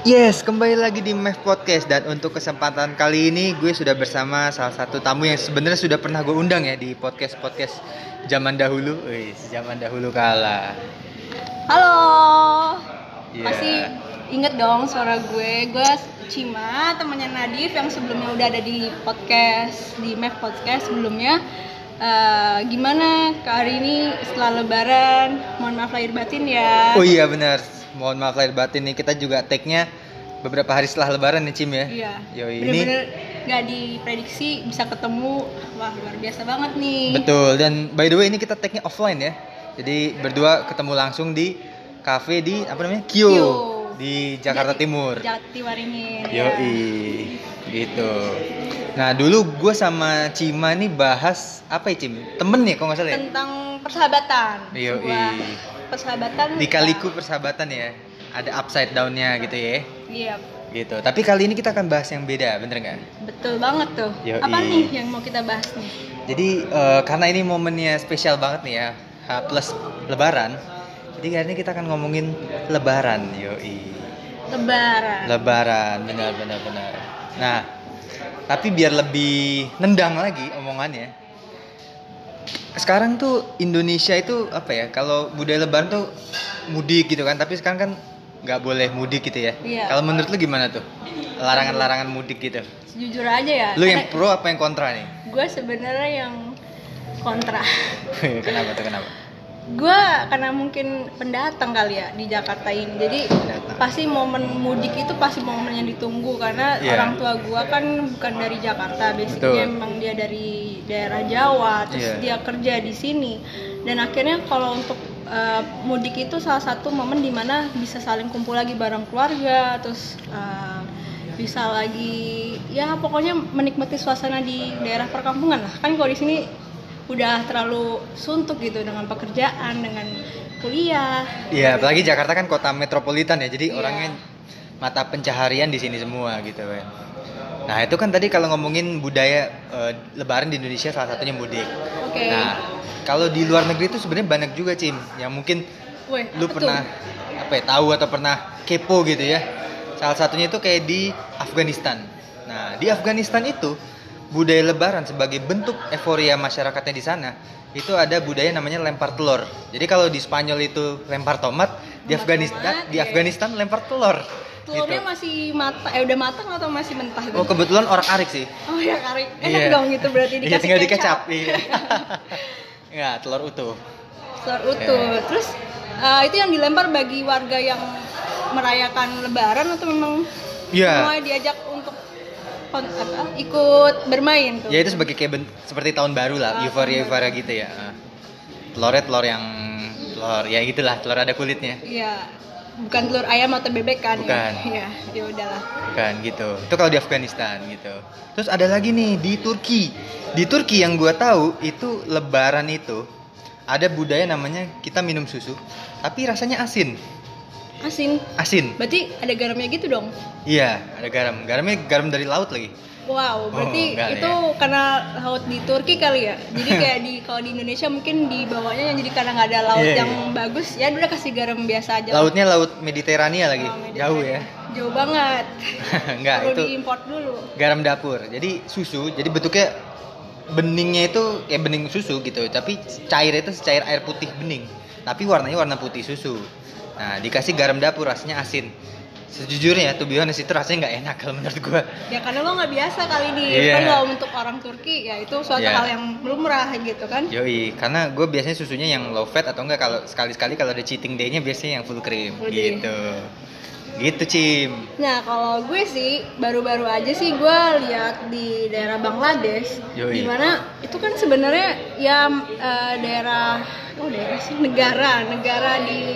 Yes, kembali lagi di MEF Podcast. Dan untuk kesempatan kali ini gue sudah bersama salah satu tamu yang sebenarnya sudah pernah gue undang ya di podcast-podcast zaman dahulu. Zaman dahulu kala. Halo, Iya. pasti inget dong suara gue. Gue Cima, temannya Nadif yang sebelumnya udah ada di podcast, di MEF Podcast sebelumnya. Gimana hari ini setelah Lebaran? Mohon maaf lahir batin ya. Oh iya benar. Mohon maaf lahir batin nih, kita juga tag-nya beberapa hari setelah Lebaran nih Cim ya. Iya. Yoi, Bener-bener gak diprediksi bisa ketemu. Wah luar biasa banget nih. Betul. Dan by the way ini kita tag-nya offline ya. Jadi berdua ketemu langsung di cafe di apa namanya? Kyo. Di Jakarta Timur. Jatiwaringin. Yoi, gitu. Nah dulu gue sama Cima nih bahas apa ya Cim? Temen ya kalau nggak salah ya? Tentang persahabatan. Yoi. Sebuah persahabatan. Di kaliku persahabatan ya. Ada upside down-nya gitu ya. Iya. Gitu. Tapi kali ini kita akan bahas yang beda, bener nggak? Betul banget tuh. Yoi. Apa nih yang mau kita bahas nih? Jadi karena ini momennya spesial banget nih ya, H plus Lebaran. Jadi hari ini kita akan ngomongin Lebaran, yoi. Lebaran, benar. Nah, tapi biar lebih nendang lagi omongannya. Sekarang tuh Indonesia itu apa ya? Kalau budaya Lebaran tuh mudik gitu kan, tapi sekarang kan nggak boleh mudik gitu ya. Iya. Kalau menurut lu gimana tuh? Larangan-larangan mudik gitu. Jujur aja ya. Lu yang pro apa yang kontra nih? Gue sebenarnya yang kontra. Kenapa? Gue karena mungkin pendatang kali ya di Jakarta ini. Jadi Pendatang. pasti momen mudik itu pasti momen yang ditunggu karena Iya. orang tua gue kan bukan dari Jakarta, Betul. basicnya emang dia dari daerah Jawa, terus Iya. dia kerja di sini. Dan akhirnya kalau untuk mudik itu salah satu momen dimana bisa saling kumpul lagi bareng keluarga, terus bisa lagi ya pokoknya menikmati suasana di daerah perkampungan lah. Kan kalau di sini udah terlalu suntuk gitu dengan pekerjaan, dengan kuliah. Iya, apalagi Jakarta kan kota metropolitan ya, jadi Iya. orangnya mata pencaharian di sini semua gitu kan. Nah itu kan tadi kalau ngomongin budaya Lebaran di Indonesia salah satunya mudik. Oke. Nah kalau di luar negeri itu sebenarnya banyak juga Cim, yang mungkin Weh, lu apa pernah tahu atau pernah kepo gitu ya. Salah satunya itu kayak di Afghanistan. Nah di Afghanistan itu budaya Lebaran sebagai bentuk euforia masyarakatnya di sana itu ada budaya namanya lempar telur. Jadi kalau di Spanyol itu lempar tomat, di Lempar Afghanistan tomat, di ya. Afghanistan lempar telur. Telurnya Gitu. masih udah matang atau masih mentah gitu? Oh kebetulan orang arik sih. Oh ya kari. Enak Iya. dong gitu berarti Iya, dikasih tinggal kecap. dikecap. Iya. Enggak, telur utuh. Telur utuh. Iya. Terus itu yang dilempar bagi warga yang merayakan Lebaran atau memang Iya. semua diajak untuk ikut bermain tuh? Ya itu sebagai kayak seperti tahun baru lah, euforia gitu ya. Telurnya telur ya gitulah, telur ada kulitnya. Iya. Bukan telur ayam atau bebek kan? Bukan. Ya, ya udahlah. Bukan gitu. Itu kalau di Afghanistan gitu. Terus ada lagi nih di Turki. Di Turki yang gua tahu itu Lebaran itu ada budaya namanya kita minum susu, tapi rasanya asin. Asin. Berarti ada garamnya gitu dong? Iya, ada garam. Garamnya garam dari laut lagi. Wow, berarti enggak itu ya. karena laut di Turki kali ya. Jadi kayak kalau di Indonesia mungkin di bawahnya yang jadi karena nggak ada laut Iya, yang bagus, ya udah kasih garam biasa aja. Lautnya laut Mediterania lagi. Oh, Mediterania. Jauh ya. Jauh banget. Enggak, Perlu itu diimport dulu. garam dapur. Jadi susu, jadi bentuknya beningnya itu kayak bening susu gitu, tapi cairnya itu secair air putih bening. Tapi warnanya warna putih susu. Nah, dikasih garam dapur rasanya asin. Sejujurnya tuh honest itu rasanya nggak enak kalau menurut gua. Ya karena lo nggak biasa kali ini. Iya. Kan kalau untuk orang Turki ya itu suatu Iya. hal yang lumrah gitu kan. Yoi, karena gue biasanya susunya yang low fat atau enggak kalau sekali-sekali kalau ada cheating day-nya biasanya yang full cream Full cream. gitu. Gitu, Cim. Nah kalau gue sih baru-baru aja sih gue lihat di daerah Bangladesh, Yoi. dimana itu kan sebenarnya ya daerah sih negara di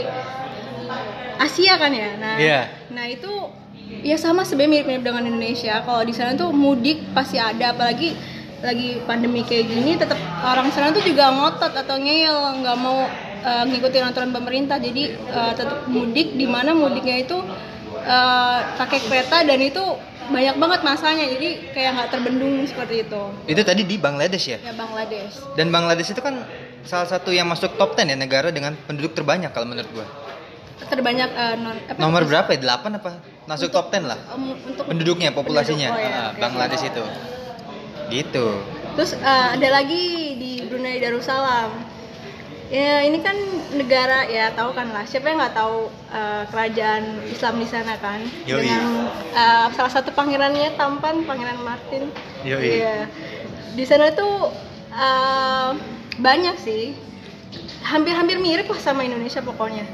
Asia kan ya. Nah, Iya. nah itu ya sama sebenarnya mirip-mirip dengan Indonesia. Kalau di sana tuh mudik pasti ada, apalagi lagi pandemi kayak gini, tetap orang sana tuh juga ngotot atau ngeyel nggak mau ngikutin aturan pemerintah. Jadi tetap mudik, di mana mudiknya itu pakai kereta dan itu banyak banget masanya, jadi kayak nggak terbendung seperti itu. Itu tadi di Bangladesh ya? Ya Bangladesh. Dan Bangladesh itu kan salah satu yang masuk top 10 ya negara dengan penduduk terbanyak kalau menurut gua. terbanyak Nomor berapa ya? 8 apa? Masuk top 10 lah. Untuk Penduduknya, populasinya. penduduk. Oh, ya, oke, Bangladesh oke. itu. Gitu. Terus ada lagi di Brunei Darussalam. Ya ini kan negara, ya tahu kan lah. Siapa yang nggak tahu kerajaan Islam di sana kan? Yoi. Dengan salah satu pangerannya tampan, Pangeran Martin. Yoi. Iya. Di sana tuh banyak sih. Hampir-hampir mirip lah sama Indonesia pokoknya.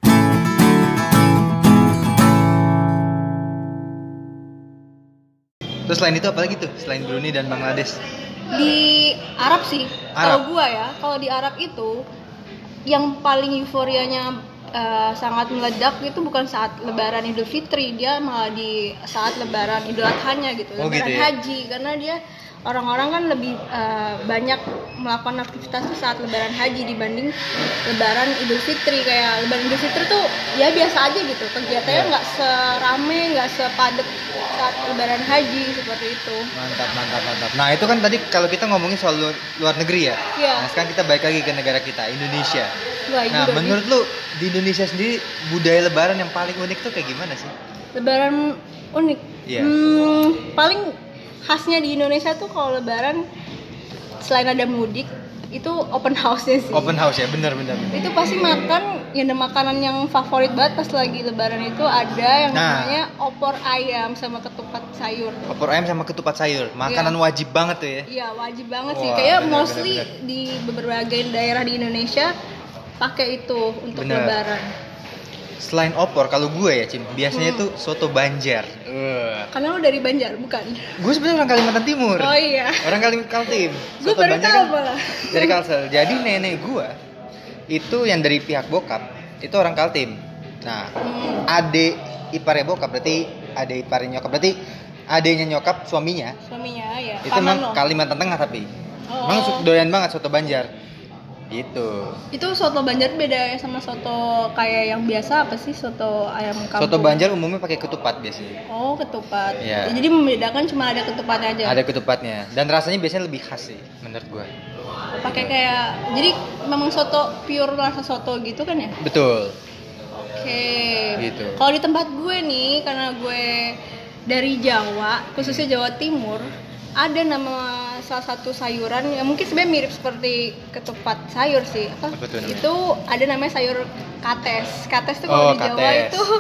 Terus selain itu apa lagi tuh? Selain Brunei dan Bangladesh? Di Arab sih, Arab. kalau gua ya, kalau di Arab itu yang paling euforianya sangat meledak itu bukan saat Lebaran Idul Fitri, dia malah di saat Lebaran Idul Adhanya gitu, Oh, Lebaran gitu ya? Haji, karena dia orang-orang kan lebih banyak melakukan aktivitas tuh saat Lebaran Haji dibanding Lebaran Idul Fitri. Kayak Lebaran Idul Fitri tuh ya biasa aja gitu, kegiatannya nggak serame, nggak sepadet saat Lebaran Haji seperti itu. Mantap. Nah itu kan tadi kalau kita ngomongin soal luar negeri ya. Iya. Nah sekarang kita balik lagi ke negara kita, Indonesia. Wah, Nah juga menurut lu di Indonesia sendiri budaya Lebaran yang paling unik tuh kayak gimana sih? Lebaran unik. Iya. Paling khasnya di Indonesia tuh kalau Lebaran selain ada mudik itu open house-nya sih. Open house ya, bener. Itu pasti makan, ya ada makanan yang favorit banget pas lagi Lebaran itu ada yang namanya opor ayam sama ketupat sayur. Opor ayam sama ketupat sayur, makanan wajib banget tuh ya. Iya wajib banget sih. Wah, Kayak bener, mostly bener. di berbagai daerah di Indonesia pakai itu untuk Bener. Lebaran. Selain opor, kalau gue ya Cim, biasanya tuh soto Banjar. Karena lu dari Banjar bukan? Gue sebenarnya orang Kalimantan Timur. Oh iya. Orang Kaltim. Gue Soto baru Banjar tahu kan malah. dari Kalsel. Jadi nenek gue itu yang dari pihak bokap itu orang Kaltim. Nah, adik iparnya bokap berarti adik iparnya nyokap berarti adiknya nyokap suaminya Suaminya ya. itu paman memang lo. Kalimantan Tengah tapi Oh. emang doyan banget soto Banjar. Gitu. Itu soto Banjar beda ya sama soto kayak yang biasa, apa sih, soto ayam kampung? Soto Banjar umumnya pakai ketupat biasanya. Oh, ketupat. Iya. Jadi membedakan cuma ada ketupatnya aja. Ada ketupatnya dan rasanya biasanya lebih khas sih menurut gue. Pakai kayak, jadi memang soto pure rasa soto gitu kan ya? Betul. Oke. Gitu. Kalau di tempat gue nih, karena gue dari Jawa, khususnya Jawa Timur, ada nama salah satu sayuran yang mungkin sebenarnya mirip seperti ketupat sayur sih. Apa tuh namanya? Itu ada namanya sayur kates. Kates tuh Oh, kalau di Jawa kates. itu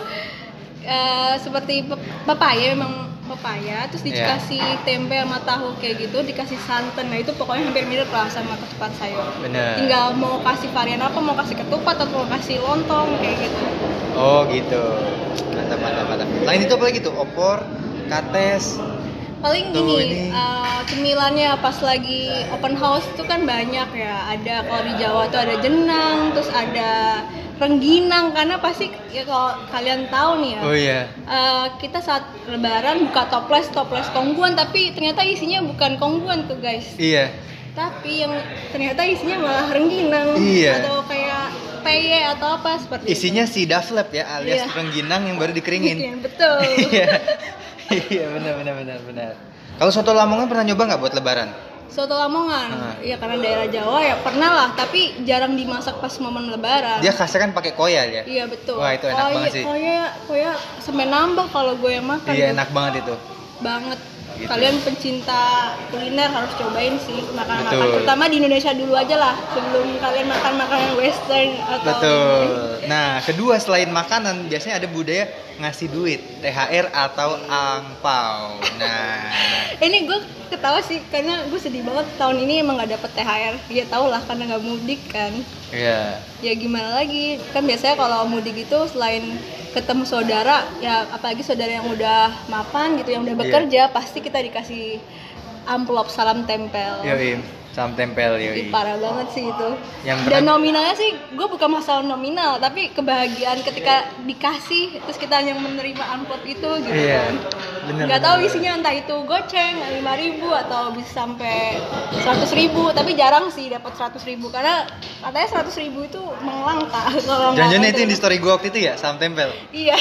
seperti pepaya, memang pepaya, terus dikasih tempe sama tahu kayak gitu, dikasih santan. Nah itu pokoknya hampir mirip lah sama ketupat sayur. Bener. Tinggal mau kasih varian apa, mau kasih ketupat atau mau kasih lontong kayak gitu. Oh gitu. Mantap. Lain itu apa lagi tuh? Opor, kates. Paling Tuh, gini, ini. cemilannya pas lagi open house itu kan banyak ya. Ada kalau di Jawa tuh ada jenang, terus ada rengginang, karena pasti ya kalau kalian tahu nih ya. Oh iya. Kita saat Lebaran buka toples kongguan, tapi ternyata isinya bukan kongguan tuh guys. Iya. Tapi yang ternyata isinya malah rengginang. Iya. Atau kayak peye atau apa seperti Isinya si daflep ya alias Iya. rengginang yang baru dikeringin. Iya, betul. Iya. Iya benar. Kalau soto Lamongan pernah nyoba nggak buat Lebaran? Soto Lamongan, ya karena daerah Jawa ya pernah lah, tapi jarang dimasak pas momen Lebaran. Dia khasnya kan pakai koya ya. Iya betul. Wah, itu enak banget sih. Koya sampai nambah kalau gue yang makan. Iya tuh. enak banget itu. Banget. Gitu. Kalian pencinta kuliner harus cobain sih makanan-makanan. Betul. Terutama di Indonesia dulu aja lah, sebelum kalian makan makanan Western atau. Betul. Nah, kedua selain makanan biasanya ada budaya ngasih duit, THR atau angpau. Nah. Ini gue ketawa sih karena gue sedih banget tahun ini emang gak dapet THR. Ya tau lah karena gak mudik kan. Iya. Ya gimana lagi, kan biasanya kalau mudik itu selain ketemu saudara, ya apalagi saudara yang udah mapan gitu, yang udah bekerja, pasti kita dikasih amplop salam tempel. Yoi, salam tempel yoi. Ih, parah banget sih itu. Yang Dan pernah- nominalnya sih, gue bukan masalah nominal, tapi kebahagiaan ketika dikasih, terus kita yang menerima amplop itu gitu Iya. kan. Bener. Nggak tahu isinya, entah itu goceng 5.000 atau bisa sampai 100.000, tapi jarang sih dapat 100.000 karena katanya 100.000 itu melangkah kalau nggak Jangan-jangan itu ada. yang di story gue waktu itu ya, salam tempel. Iya.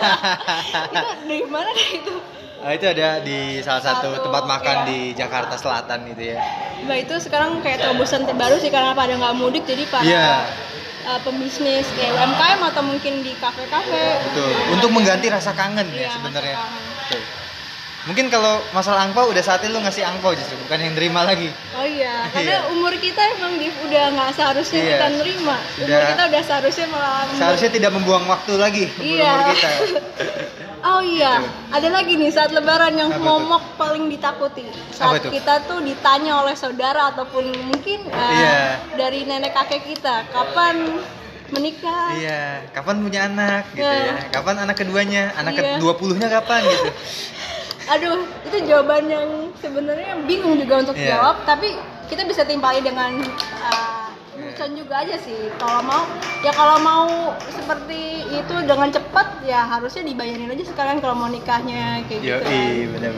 Itu dari mana deh itu? Nah, itu ada di salah satu Satu, tempat makan iya. di Jakarta Selatan gitu ya. Nah itu sekarang kayak terobosan terbaru sih karena pada nggak mudik, jadi para Iya. pembisnis kayak UMKM atau mungkin di kafe-kafe. Betul. Untuk mengganti rasa kangen ya Iya, sebenarnya. rasa kangen. Betul. Mungkin kalau masalah angpau udah saatnya lu ngasih angpau justru bukan yang terima lagi. Oh iya, Iya. karena umur kita emang udah nggak seharusnya Iya. kita nerima. Umur Sudah- kita udah seharusnya malah Seharusnya tidak membuang waktu lagi Iya. umur kita. Oh iya, ada lagi nih saat lebaran yang Apa tuh? momok paling ditakuti. Apa Saat tuh? kita tuh ditanya oleh saudara ataupun mungkin Iya. dari nenek kakek kita, kapan menikah? Iya, kapan punya anak gitu Iya. ya. Kapan anak keduanya? Anak Iya. ke-20-nya kapan gitu. Aduh, itu jawaban yang sebenarnya bingung juga untuk Iya. jawab, tapi kita bisa timpali dengan lucuan juga aja sih. Kalau mau seperti itu dengan cepat ya harusnya dibayarin aja sekarang kalau mau nikahnya kayak gitu. Benar.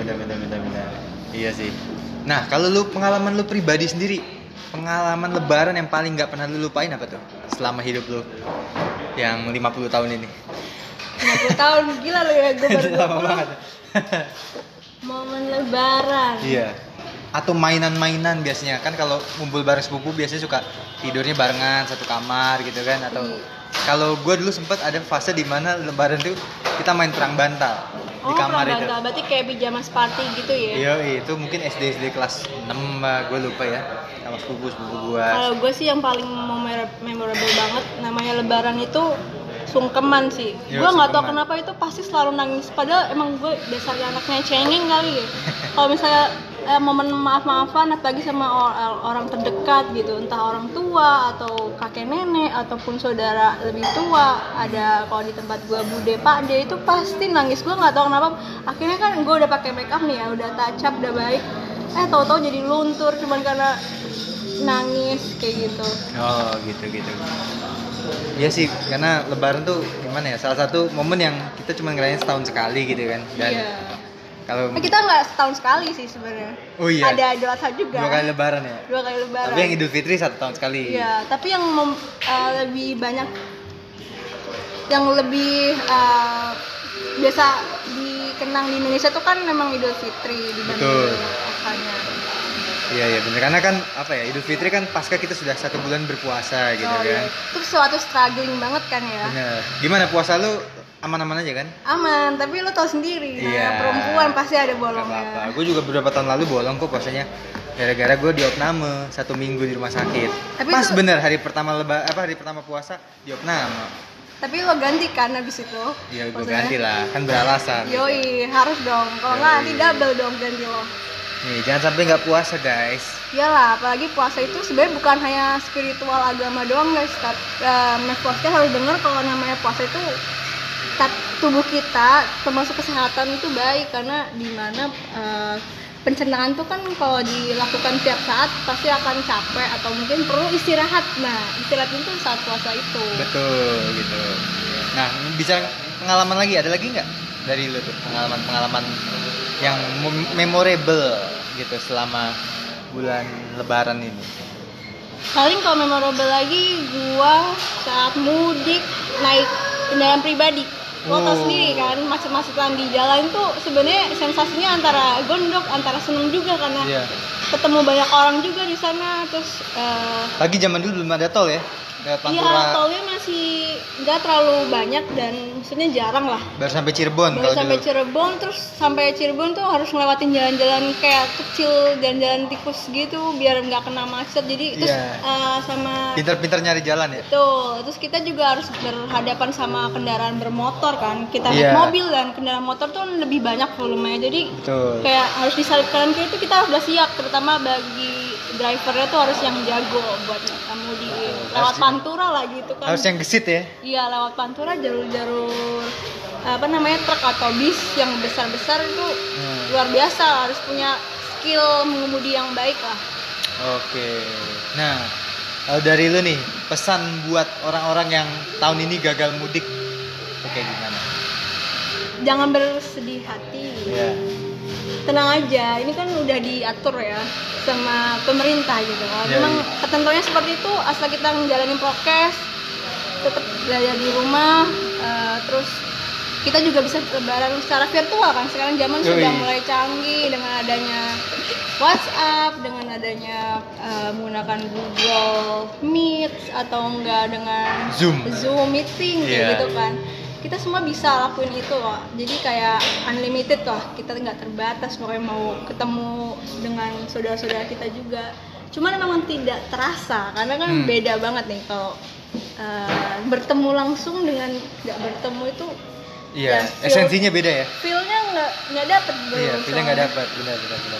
Iya sih. Nah, kalau lu pengalaman lu pribadi sendiri, pengalaman lebaran yang paling nggak pernah lu lupain apa tuh selama hidup lu yang 50 tahun ini? 50 tahun gila lu ya, gue baru Itu lama 20. banget. Momen lebaran. Iya. Atau mainan-mainan biasanya kan kalau ngumpul bareng sepupu biasanya suka tidurnya barengan satu kamar gitu kan atau Iya. kalau gue dulu sempat ada fase di mana lebaran tuh kita main perang bantal di kamar perang itu. bantal. Berarti kayak pijamas party gitu ya. Iya, itu mungkin SD kelas 6 gue lupa ya sama sepupu gue. Kalau gue sih yang paling memorable banget namanya lebaran itu sungkeman sih. Iya, Gue nggak tahu sungkeman. kenapa itu pasti selalu nangis. Padahal emang gue dasarnya anaknya cengeng kali ya. Kalau misalnya momen maaf-maafan apalagi sama orang terdekat gitu, entah orang tua atau kakek nenek ataupun saudara lebih tua, ada kalau di tempat gue bude pakde itu pasti nangis. Gue nggak tahu kenapa. Akhirnya kan gue udah pakai make up nih ya, udah touch up, udah baik. Tahu-tahu jadi luntur cuman karena nangis kayak gitu. Oh, gitu. Iya sih, karena lebaran tuh gimana ya? Salah satu momen yang kita cuma ngerayain setahun sekali gitu kan. Dan Iya. kalau Kita nggak setahun sekali sih sebenarnya. Oh iya. Ada Idul Adha juga. 2 kali lebaran ya. 2 kali lebaran. Tapi yang Idul Fitri 1 tahun sekali. Iya, tapi yang lebih banyak, yang lebih biasa dikenang di Indonesia tuh kan memang Idul Fitri dibanding Betul. Adhanya. Iya bener, karena kan apa ya, Idul Fitri kan pasca kita sudah 1 bulan berpuasa gitu Oh, kan. iya. Itu suatu struggling banget kan ya. Bener. Gimana puasa lu aman-aman aja kan? Aman, tapi lo tau sendiri, Iya. perempuan pasti ada Gak bolongnya. apa-apa. Gue juga beberapa tahun lalu bolong kok puasanya. Gara-gara gue diopname 1 minggu di rumah sakit. Tapi Pas itu- bener hari pertama hari pertama puasa diopname. Tapi lo ganti kan abis itu. Ya gue Maksudnya? ganti lah, kan beralasan. Yoi, harus dong. Kalau nggak nanti Yoi. double dong ganti lo. Nih, jangan sampai nggak puasa guys. Iyalah, apalagi puasa itu sebenarnya bukan hanya spiritual agama doang guys. Tapi Mas Puasa harus dengar kalau namanya puasa itu tubuh kita termasuk kesehatan itu baik karena dimana pencernaan tuh kan kalau dilakukan tiap saat pasti akan capek atau mungkin perlu istirahat. Nah, istirahat itu saat puasa itu. Betul gitu. Nah, bisa pengalaman lagi, ada lagi nggak dari lu tuh pengalaman yang memorable gitu selama bulan Lebaran ini? Paling kalau memorable lagi gua saat mudik naik kendaraan pribadi. Lo tau Oh. sendiri kan, macet-macetan di jalan tuh sebenarnya sensasinya antara gondok, antara seneng juga karena Iya. ketemu banyak orang juga di sana. Terus Lagi zaman dulu belum ada tol ya. Lewat iya, Pantura tolnya masih nggak terlalu banyak dan maksudnya jarang lah. baru sampai Cirebon Baru kalau sampai dulu. Cirebon, terus sampai Cirebon tuh harus ngelewatin jalan-jalan kayak kecil, jalan-jalan tikus gitu biar nggak kena macet. Jadi terus Iya. sama Pinter-pinter nyari jalan ya. Betul, terus kita juga harus berhadapan sama kendaraan bermotor kan. Kita Iya. naik mobil dan kendaraan motor tuh lebih banyak volumenya. Jadi Betul. kayak harus disalip kanan kiri itu kita harus udah siap, terutama bagi drivernya tuh harus yang jago buat kamu di lewat Harus- Pantura lah gitu kan. Harus yang gesit ya. Iya, lewat Pantura jalur-jalur apa namanya truk atau bis yang besar-besar itu luar biasa, harus punya skill mengemudi yang baik lah. Oke. Nah, kalau dari lu nih, pesan buat orang-orang yang tahun ini gagal mudik, oke gimana? Jangan bersedih hati. Iya. Tenang aja, ini kan udah diatur ya sama pemerintah gitu. Kalau Ya, memang iya. ketentuannya seperti itu, asal kita ngejalanin prokes, tetap belajar di rumah, terus kita juga bisa lebaran secara virtual kan. Sekarang zaman sudah mulai canggih dengan adanya WhatsApp, dengan adanya menggunakan Google Meet atau enggak dengan Zoom meeting kayak gitu kan. Kita semua bisa lakuin itu loh. Jadi kayak unlimited lah. Kita nggak terbatas pokoknya mau ketemu dengan saudara-saudara kita juga. Cuman memang tidak terasa karena kan beda banget nih kalau bertemu langsung dengan nggak bertemu itu. Iya, esensinya beda ya. Feel-nya nggak dapet. Iya, feel-nya nggak dapet. Benar.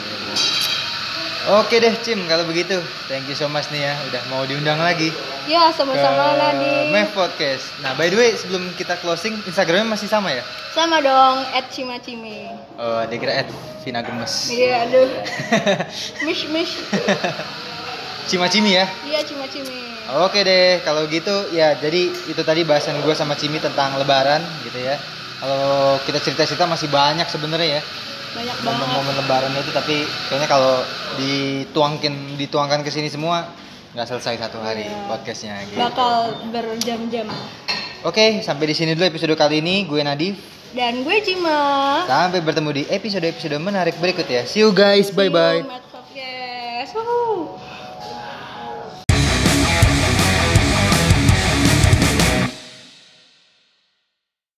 Oke deh Cim, kalau begitu thank you so much nih ya udah mau diundang lagi. Ya, sama-sama Nadi. Mev Podcast. Nah, by the way sebelum kita closing, Instagramnya masih sama ya? Sama dong, @cimacime. Oh, dia kira @vinagemes. Iya, aduh. Mish. Cimacimi ya? Iya, Cimacime. Oke deh, kalau gitu ya jadi itu tadi bahasan gue sama Cimi tentang lebaran gitu ya. Kalau kita cerita-cerita masih banyak sebenarnya ya. Banyak banget momen-momen lebaran itu, tapi kayaknya kalau dituangkan ke sini semua nggak selesai satu hari podcastnya gitu. Bakal berjam-jam. Oke, sampai di sini dulu episode kali ini. Gue Nadif dan gue Cima. Sampai bertemu di episode menarik berikut ya. See you guys, bye bye. See you, Mad Podcast. Woohoo.